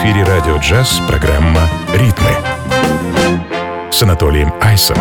эфире «Радио Джаз» программа «Ритмы» с Анатолием Айсом.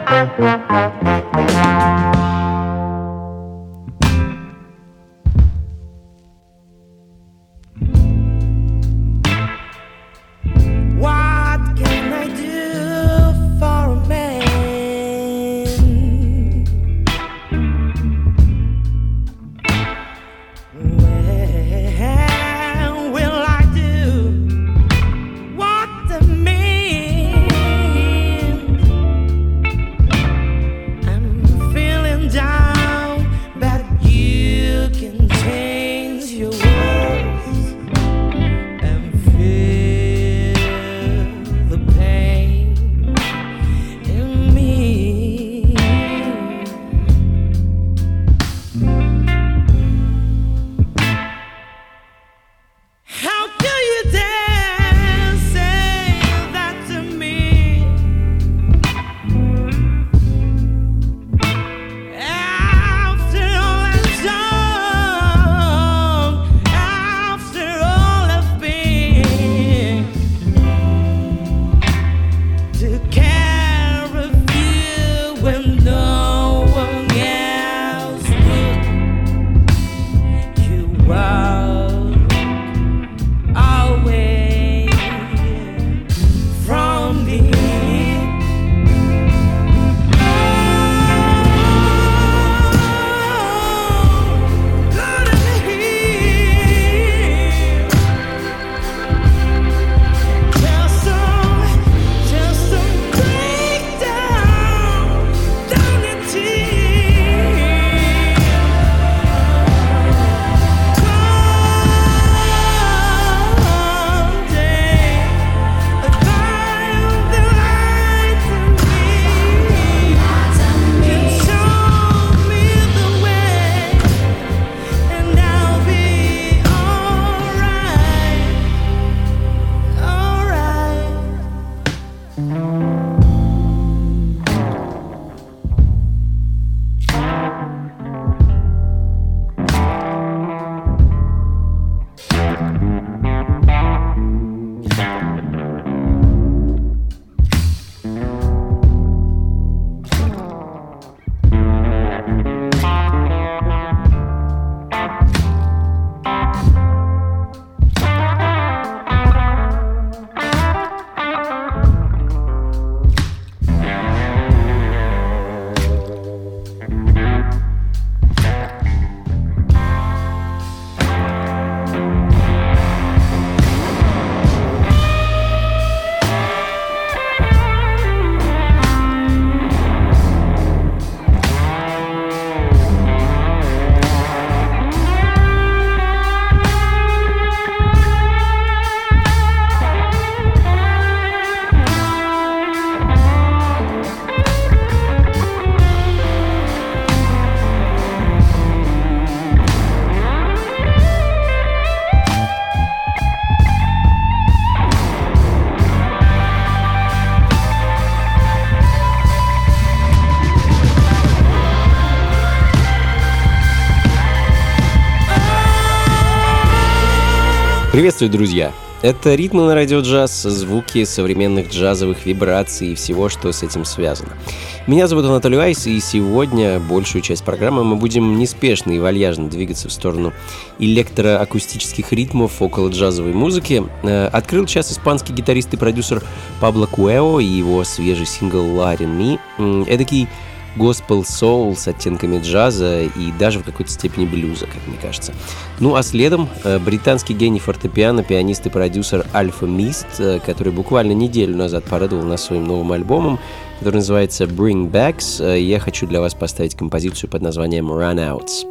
Приветствую, друзья! Это «Ритмы» на радио джаз, звуки современных джазовых вибраций и всего, что с этим связано. Меня зовут Анатолий Айс, и сегодня большую часть программы мы будем неспешно и вальяжно двигаться в сторону электроакустических ритмов около джазовой музыки. Открыл час испанский гитарист и продюсер Пабло Куэо и его свежий сингл «Light in Me». Эдакий госпел-соул с оттенками джаза и даже в какой-то степени блюза, как мне кажется. Ну а следом британский гений фортепиано, пианист и продюсер Альфа Мист, который буквально неделю назад порадовал нас своим новым альбомом, который называется Bring Backs. Я хочу для вас поставить композицию под названием Runouts.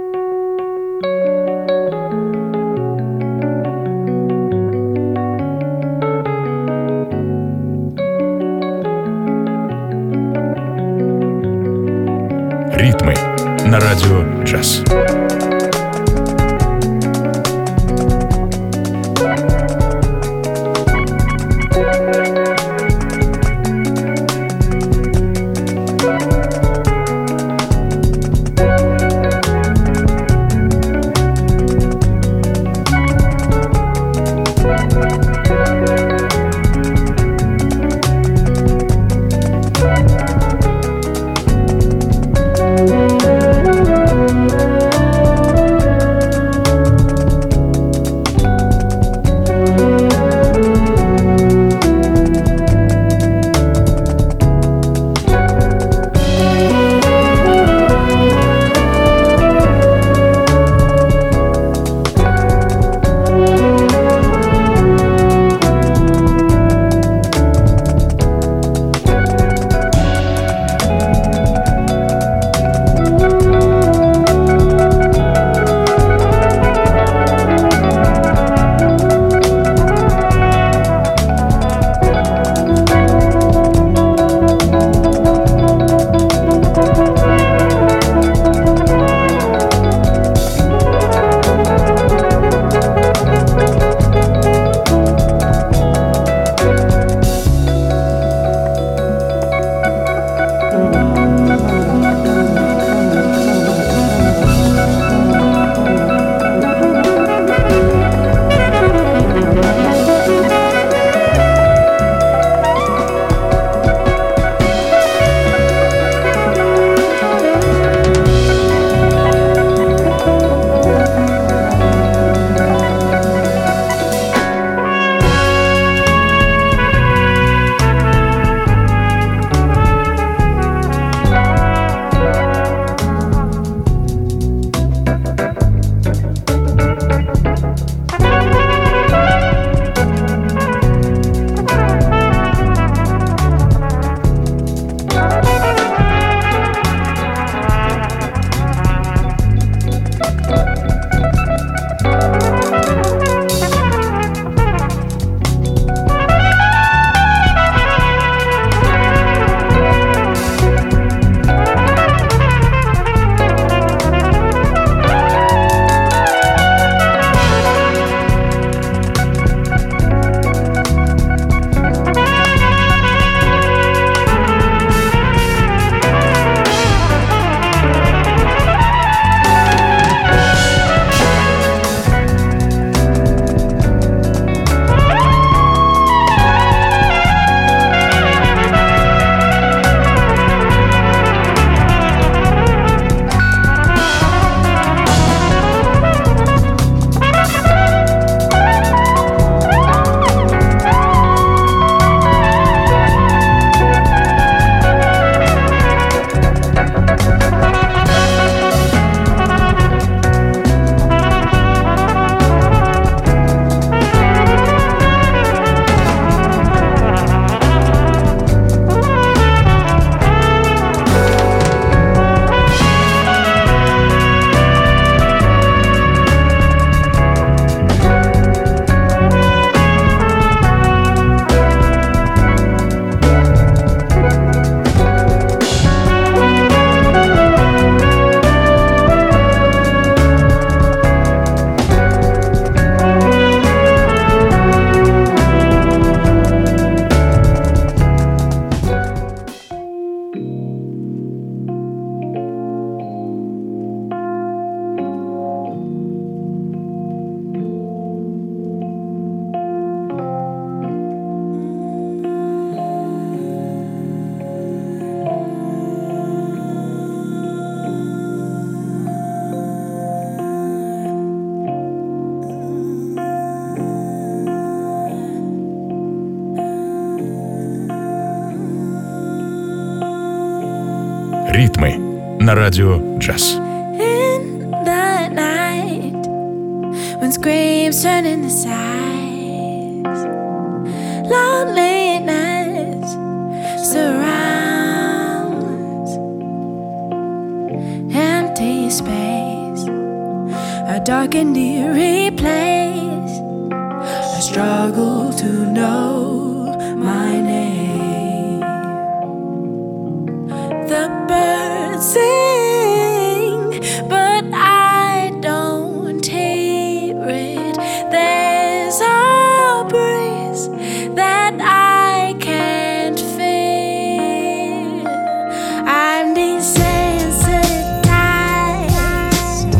«Ритмы» на радио «Джаз». на радио «Джаз». When screams turn into sighs, loneliness surrounds empty space, a dark and eerie place. I struggle to know my name. The birds sing, but I don't hear it. There's a breeze that I can't feel. I'm desensitized.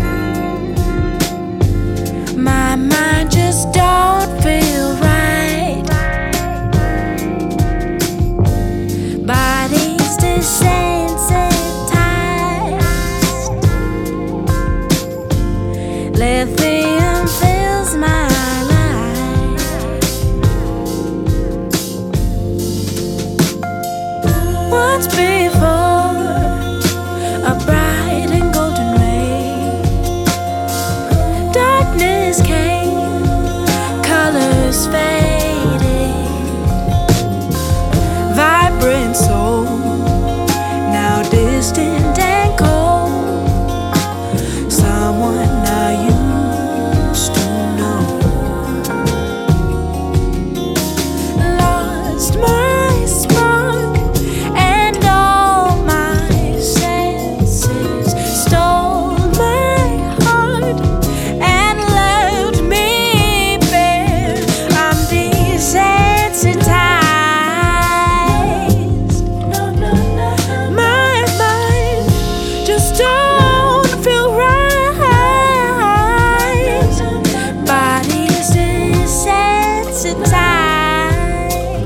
My mind just don't feel right. Body's desensitized. Lithium fills my life. Once before, a bright and golden ray, darkness came, colors faded, vibrant soul, now distant and cold. Someone I used to know. Lost my spark and all my senses, stole my heart and left me bare. I'm desensitized. My mind just don't feel right. Body's desensitized.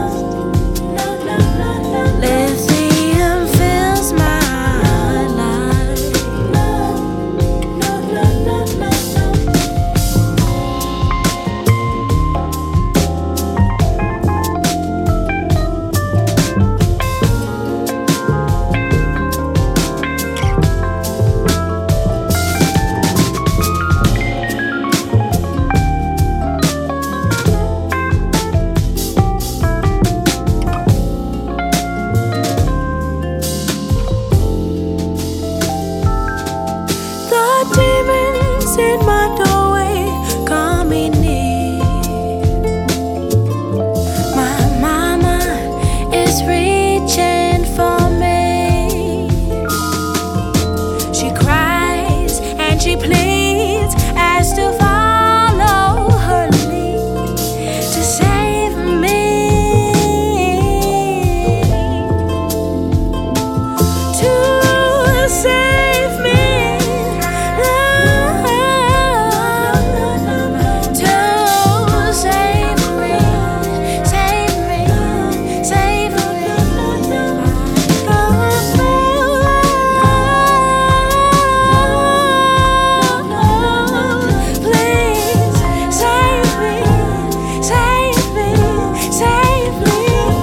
Lithium fills my life. The demons in my doorway call me near. My mama is reaching for me. She cries and she pleads as to follow her lead to save me. To save me. To save me, save me, save me. Please save me, save me, save me.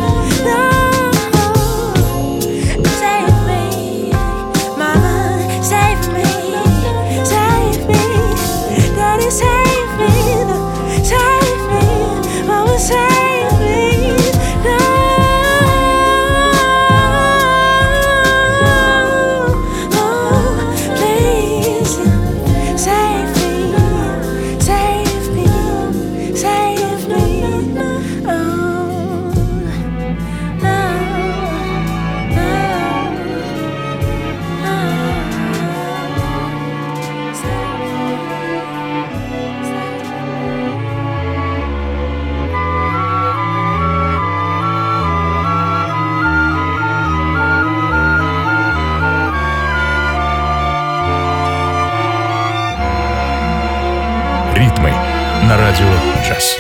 Save me, Mama, save me, save me. Daddy, save me, save me, Mama, save me. No, please save me, save me, save me. Oh, no, no, Ритмы на радио «Джаз».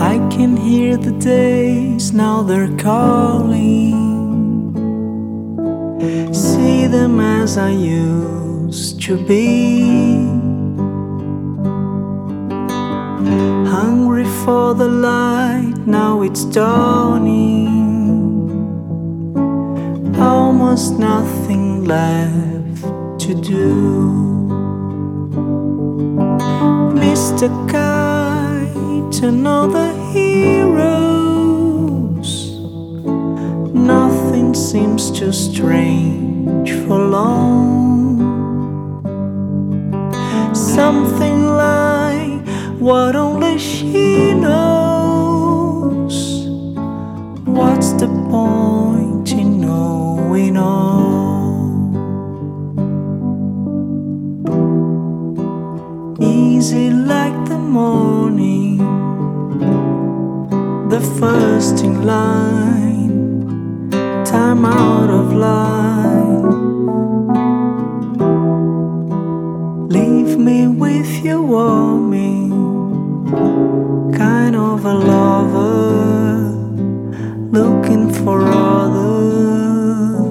I can hear the days, now they're calling. See them as I used to be. Hungry for the light, now it's dawning. Almost nothing left to do. Mr. Kite and all the heroes, nothing seems too strange for long. Something like what only she knows. What's the point in knowing all? Easy like the morning, the first in line, time out of line. Leave me with your warming, kind of a lover, looking for other,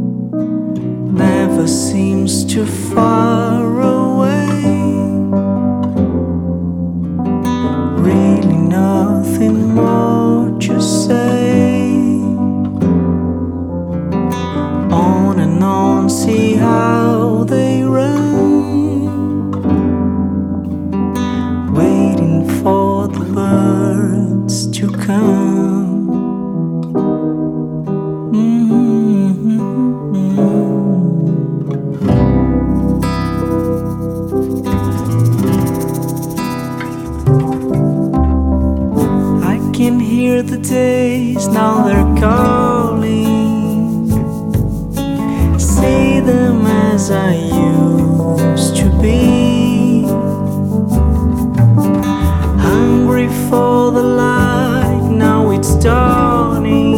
never seems too far away. Really nothing more to say. On and on, see how they run, waiting for the birds to come. I can hear the days, now they're calling. See them as I used to be. Hungry for the light, now it's dawning.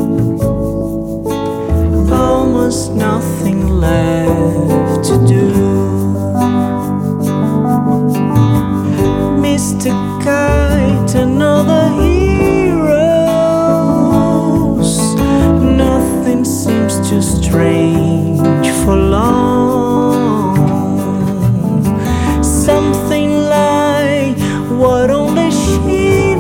Almost nothing left to do. Mr. Kite and all the heroes, nothing seems too strange for long. Something like what only she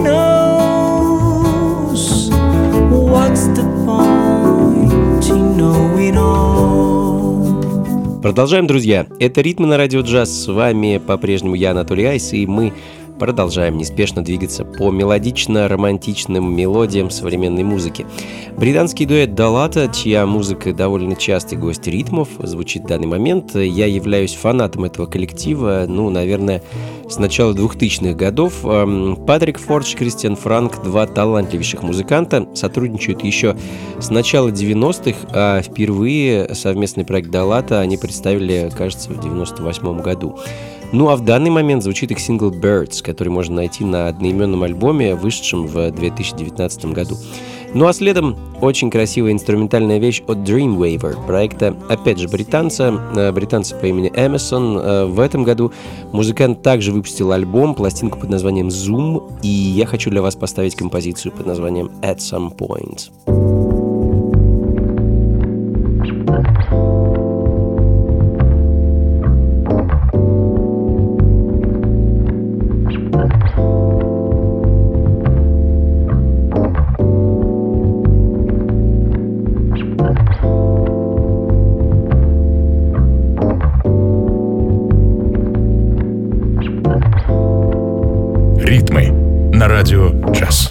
knows. What's the point in knowing all? Продолжаем, друзья. Это «Ритмы на радио джаз». С вами по-прежнему я, Анатолий Айс, и мы продолжаем неспешно двигаться по мелодично-романтичным мелодиям современной музыки. Британский дуэт Далата, чья музыка довольно частый гость ритмов, звучит в данный момент. Я являюсь фанатом этого коллектива, наверное, с начала 2000-х годов. Патрик Фордж, Кристиан Франк, два талантливейших музыканта, сотрудничают еще с начала 90-х, а впервые совместный проект Далата они представили, кажется, в 98 году. А в данный момент звучит их сингл «Birds», который можно найти на одноименном альбоме, вышедшем в 2019 году. А следом очень красивая инструментальная вещь от Dreamweaver, проекта, опять же, британца по имени Эмерсон. В этом году музыкант также выпустил альбом, пластинку под названием «Zoom», и я хочу для вас поставить композицию под названием «At Some Point». Ритмы на радио джаз.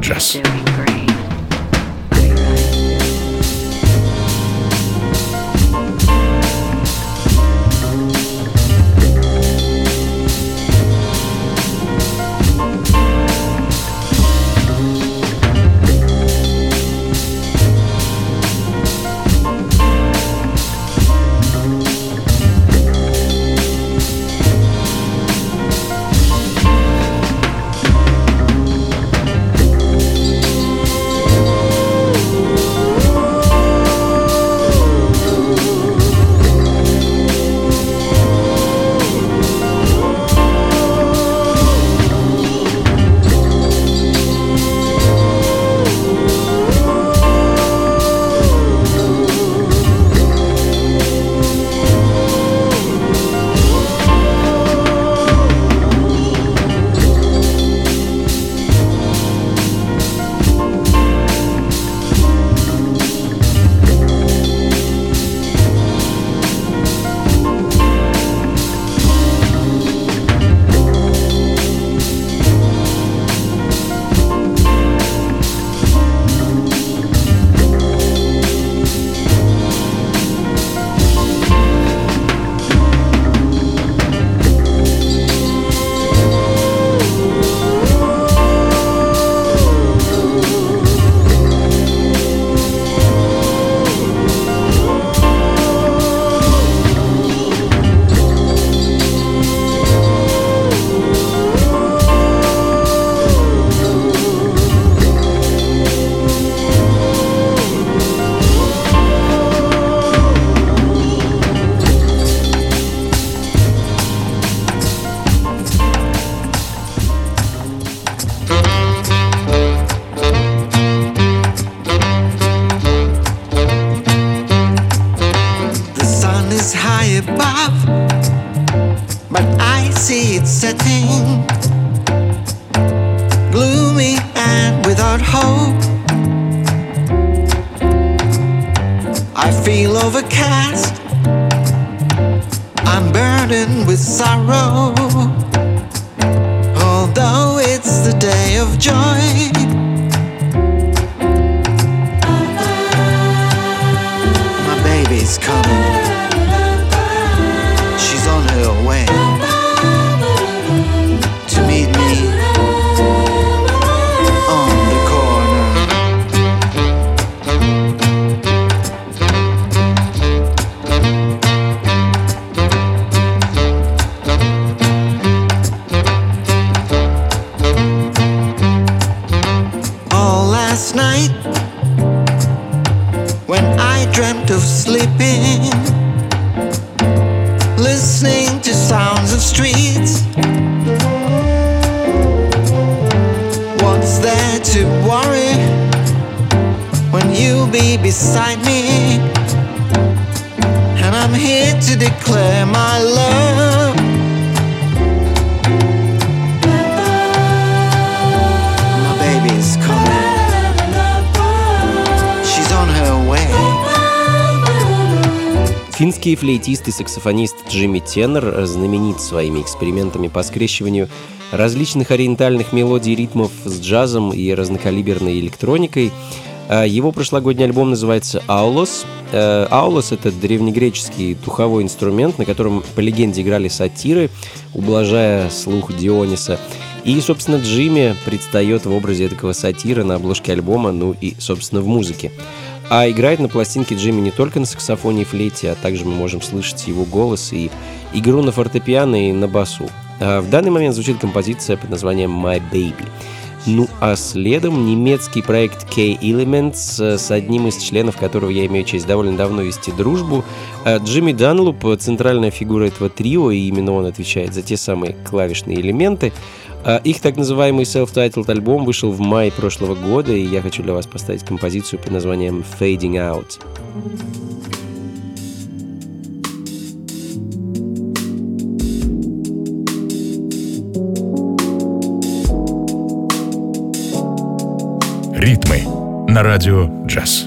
джаз. Финский флейтист и саксофонист Джимми Теннер знаменит своими экспериментами по скрещиванию различных ориентальных мелодий и ритмов с джазом и разнокалиберной электроникой. Его прошлогодний альбом называется «Аулос». «Аулос» — это древнегреческий духовой инструмент, на котором, по легенде, играли сатиры, ублажая слух Диониса. И, собственно, Джимми предстает в образе такого сатира на обложке альбома, ну и, собственно, в музыке. А играет на пластинке Джимми не только на саксофоне и флейте, а также мы можем слышать его голос и игру на фортепиано и на басу. В данный момент звучит композиция под названием «My Baby». Ну а следом немецкий проект K-Elements, с одним из членов которого я имею честь довольно давно вести дружбу. Джимми Данлоп — центральная фигура этого трио, и именно он отвечает за те самые клавишные элементы. Их так называемый self-titled альбом вышел в мае прошлого года, и я хочу для вас поставить композицию под названием «Fading Out». Ритмы на радио «Джаз».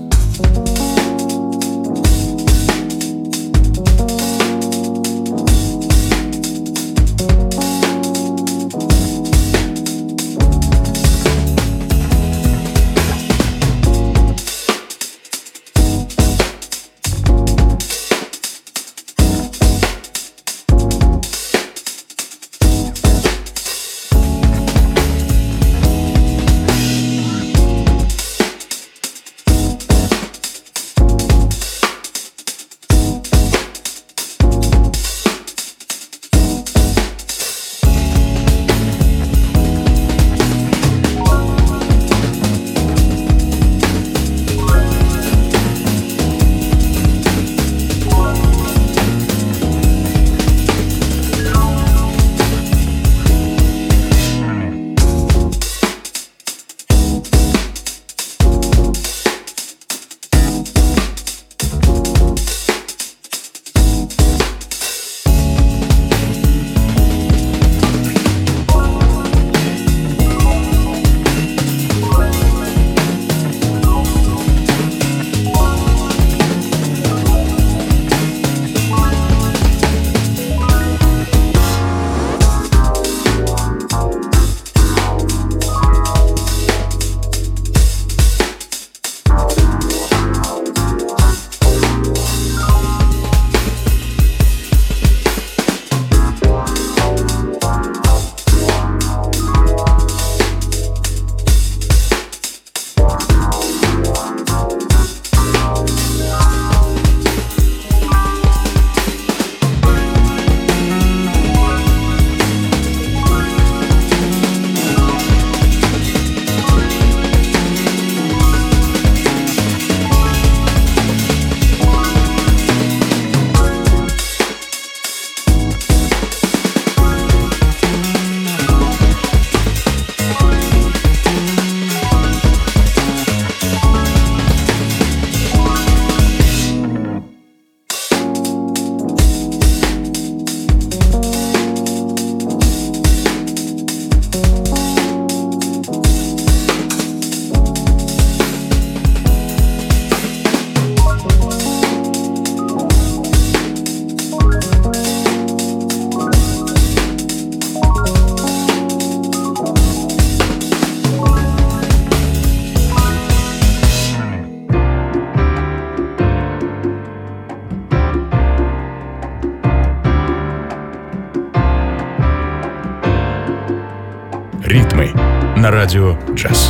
«Ритмы» на радио «Джаз».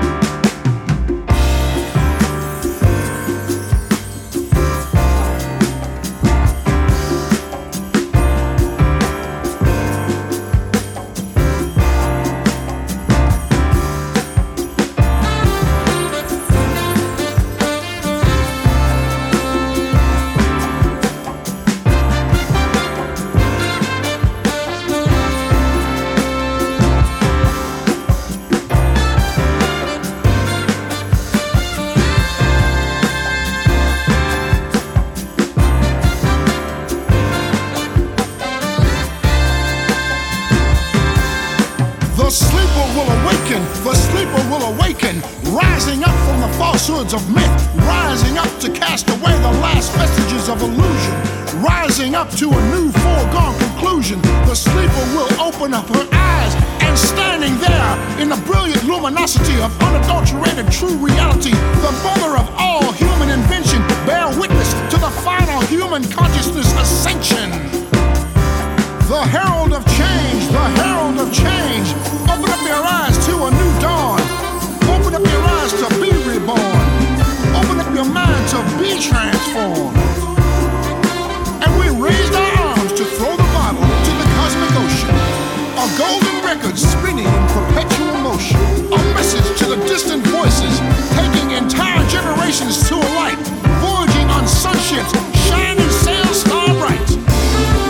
Of myth, rising up to cast away the last vestiges of illusion, rising up to a new foregone conclusion. The sleeper will open up her eyes, and standing there in the brilliant luminosity of unadulterated true reality, the mother of all human invention, bear witness to the final human consciousness ascension. The herald of change, the herald of change. Open up your eyes to a new dawn. Open up your eyes to be reborn. Open up your mind to be transformed. And we raised our arms to throw the bottle to the cosmic ocean. A golden record spinning in perpetual motion. A message to the distant voices, taking entire generations to a light. Voyaging on sunships, shining sails star bright.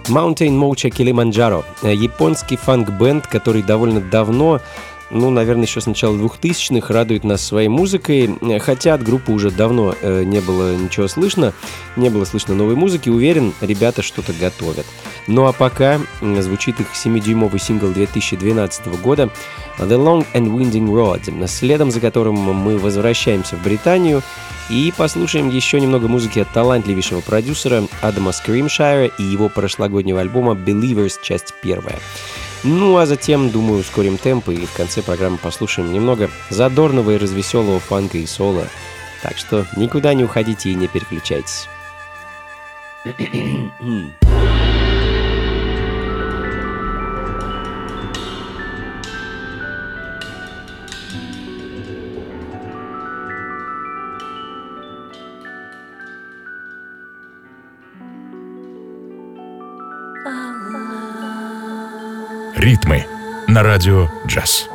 Mountain Mocha Kilimanjaro. Японский фанк-бенд, который довольно давно, наверное, еще с начала 2000-х радует нас своей музыкой, хотя от группы уже давно не было ничего слышно, не было слышно новой музыки, уверен, ребята что-то готовят. Ну а пока звучит их 7-дюймовый сингл 2012 года The Long and Winding Road, следом за которым мы возвращаемся в Британию и послушаем еще немного музыки от талантливейшего продюсера Адама Скримшайра и его прошлогоднего альбома Believers, часть 1. Ну а затем, думаю, ускорим темпы и в конце программы послушаем немного задорного и развеселого фанка и соло. Так что никуда не уходите и не переключайтесь. Ритмы на радио «Джаз».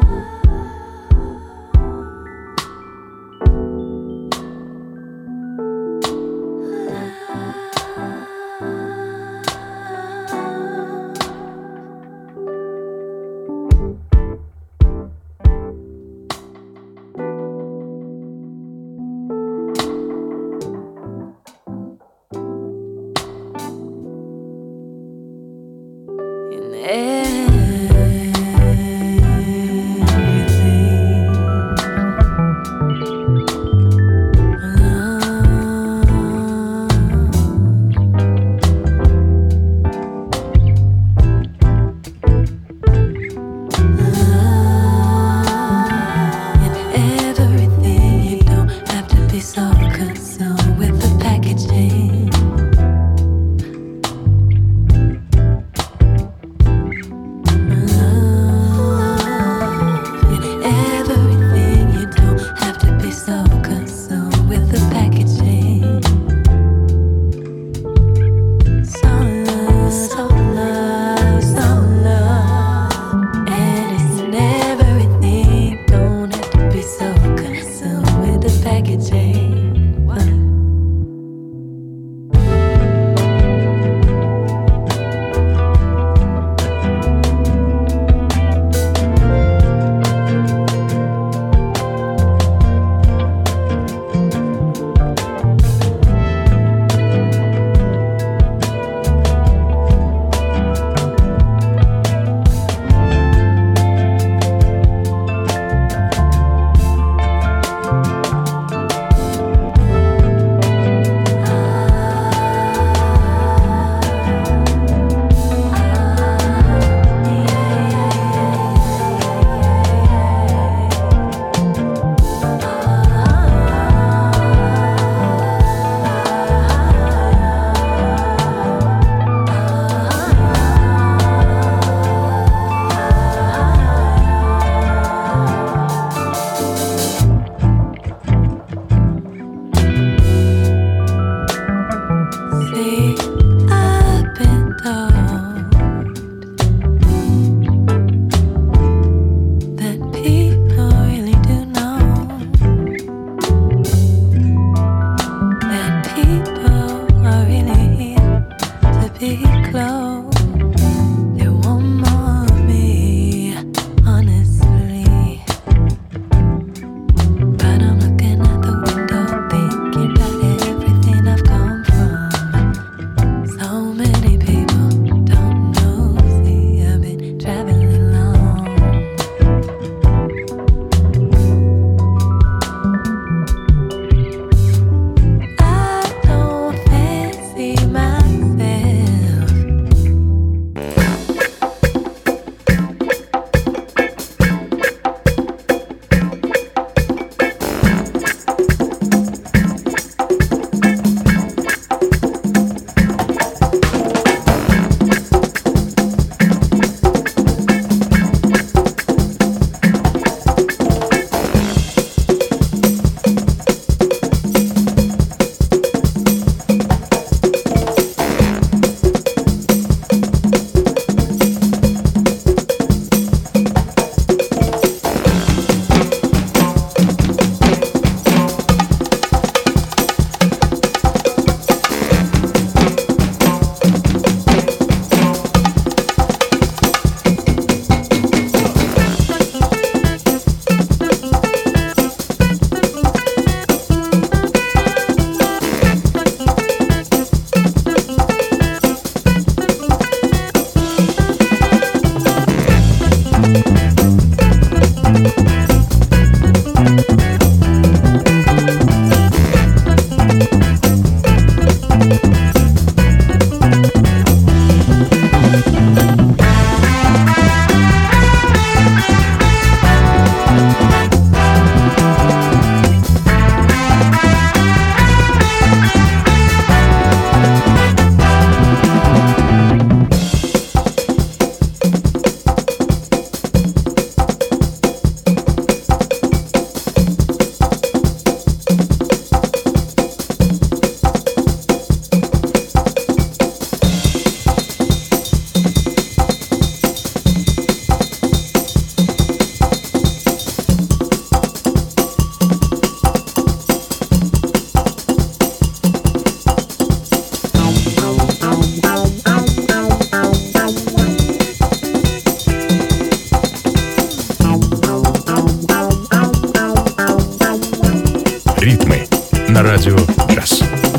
на радио «Джаз».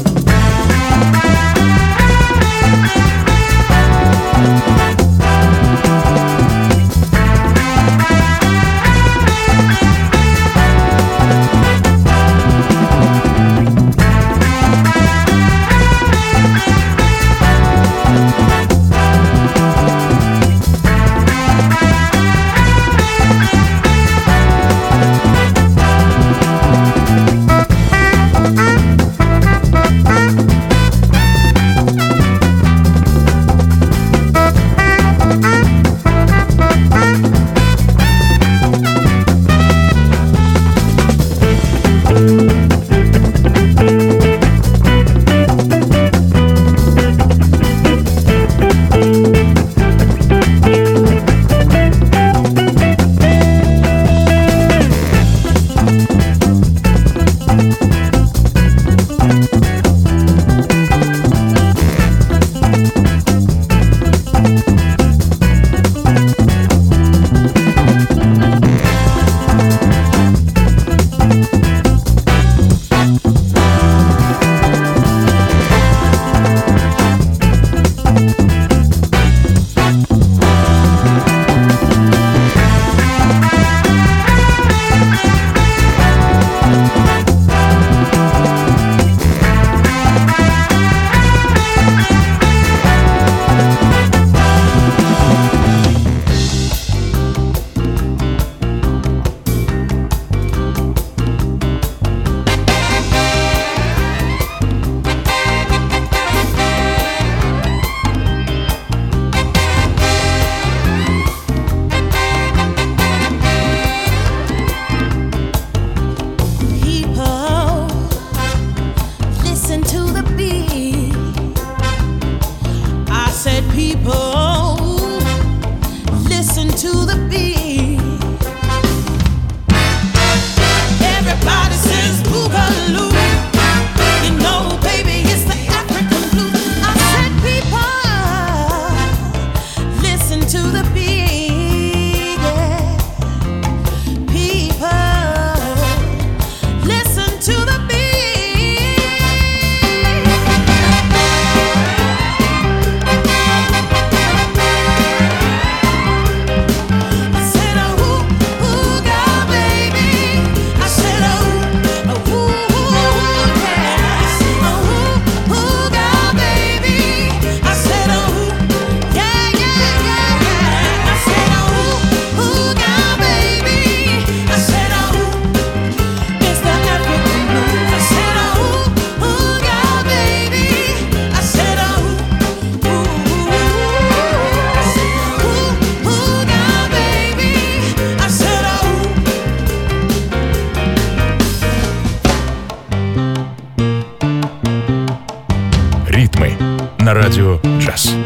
На радио «Джаз».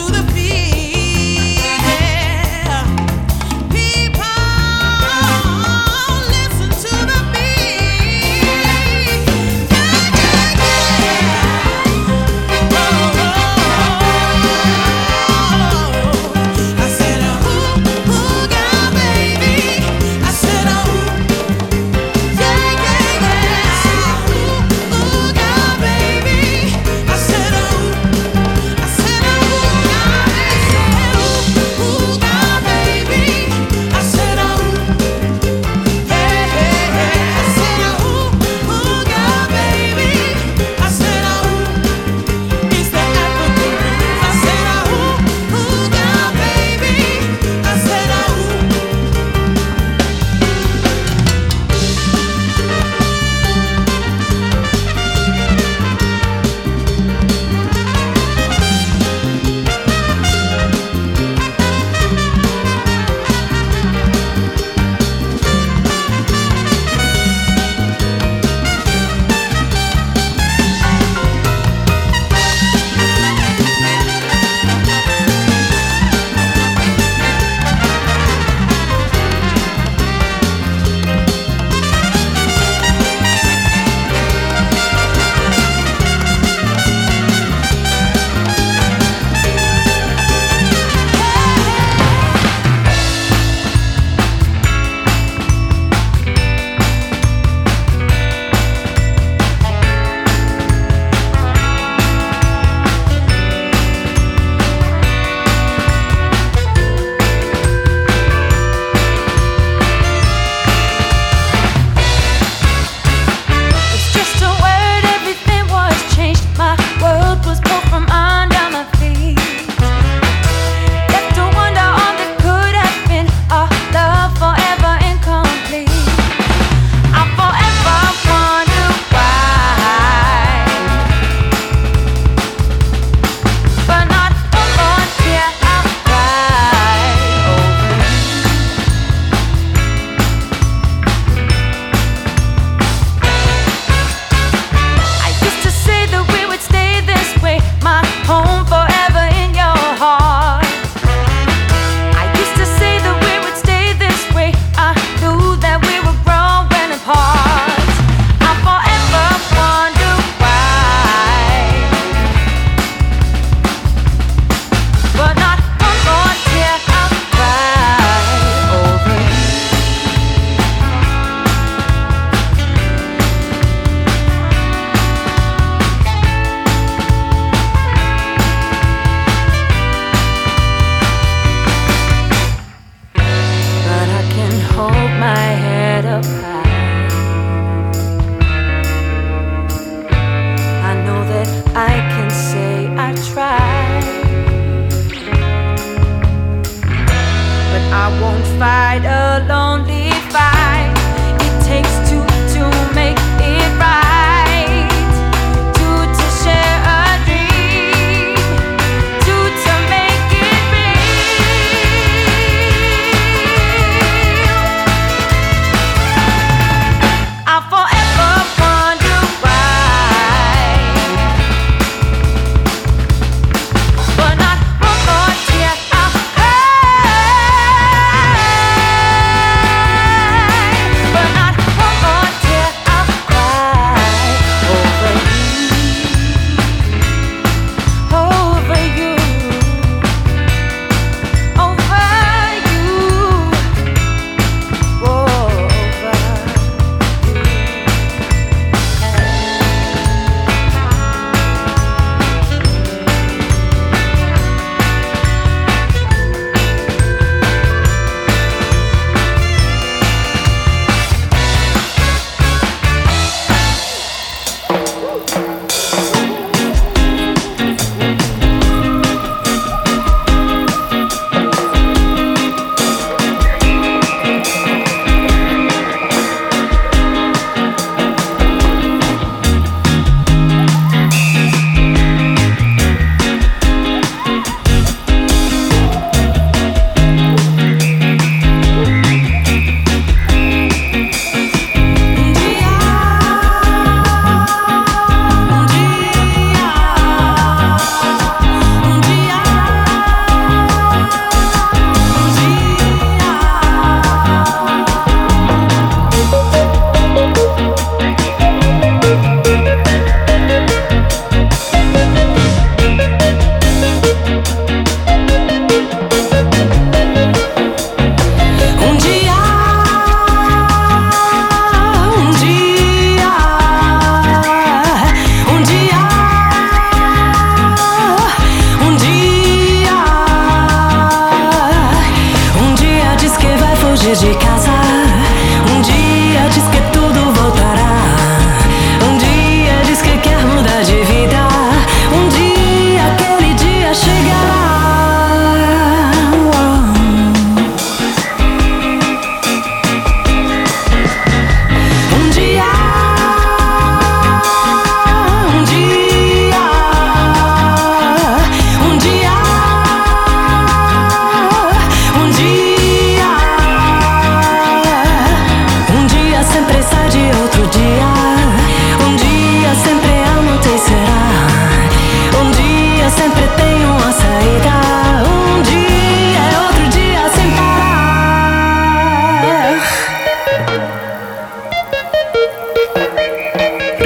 People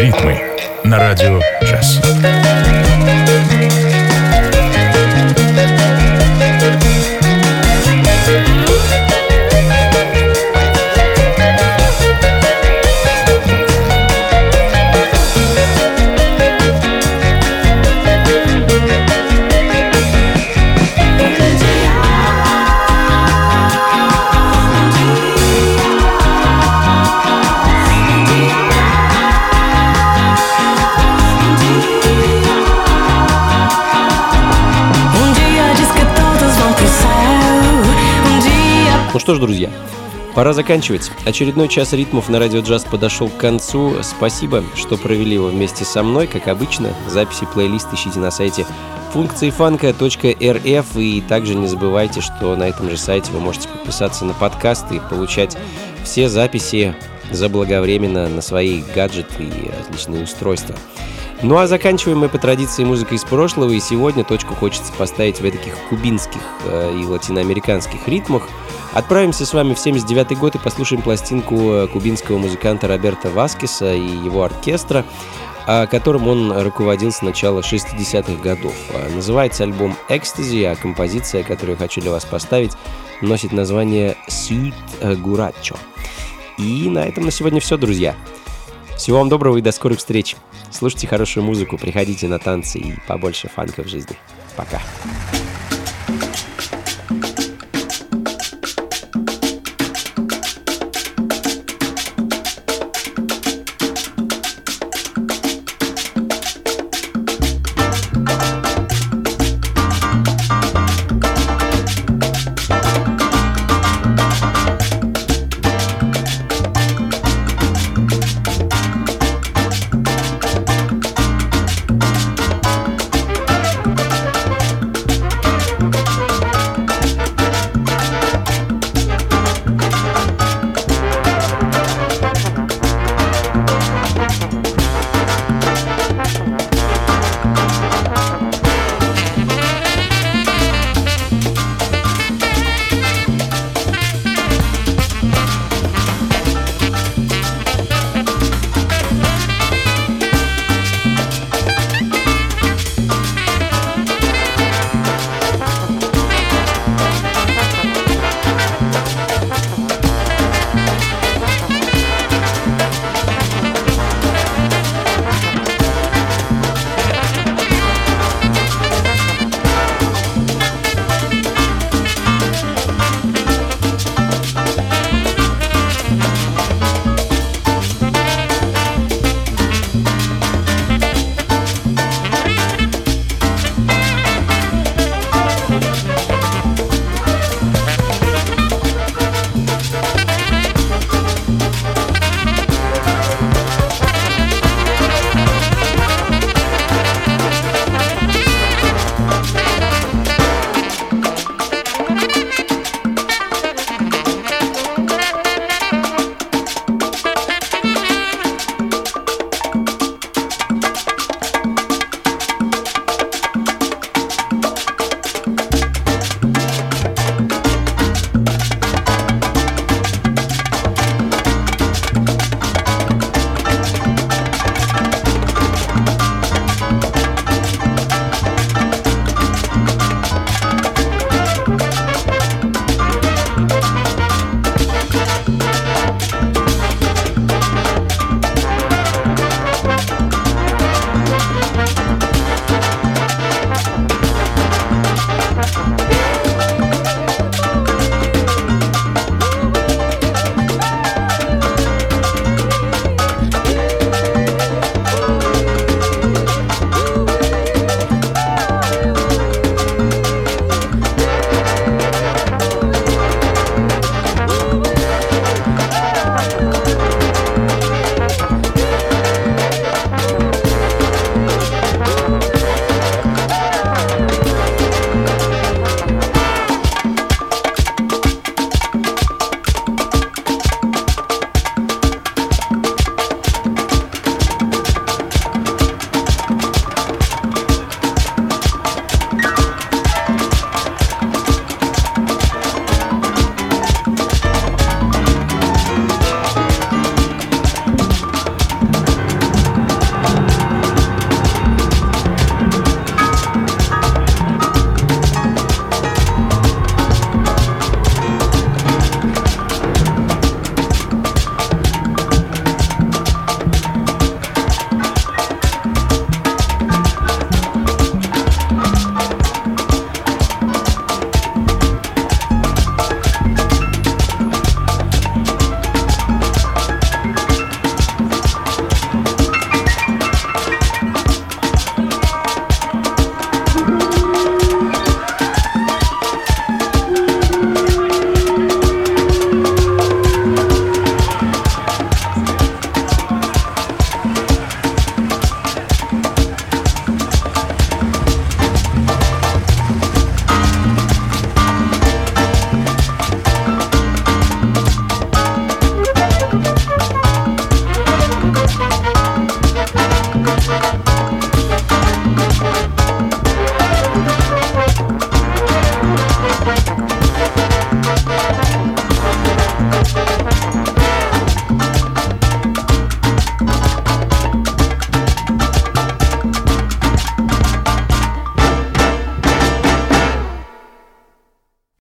Ритмы на радио «Джаз». Ну что ж, друзья, пора заканчивать. Очередной час ритмов на радио «Джаз» подошел к концу. Спасибо, что провели его вместе со мной. Как обычно, записи плейлист ищите на сайте функциифанка.рф. И также не забывайте, что на этом же сайте вы можете подписаться на подкасты и получать все записи заблаговременно на свои гаджеты и различные устройства. Ну а заканчиваем мы по традиции музыкой из прошлого. И сегодня точку хочется поставить в таких кубинских и латиноамериканских ритмах. Отправимся с вами в 79-й год и послушаем пластинку кубинского музыканта Роберто Васкеса и его оркестра, которым он руководил с начала 60-х годов. Называется альбом «Экстази», а композиция, которую я хочу для вас поставить, носит название «Сюд Гурачо». И на этом на сегодня все, друзья. Всего вам доброго и до скорых встреч. Слушайте хорошую музыку, приходите на танцы и побольше фанка в жизни. Пока.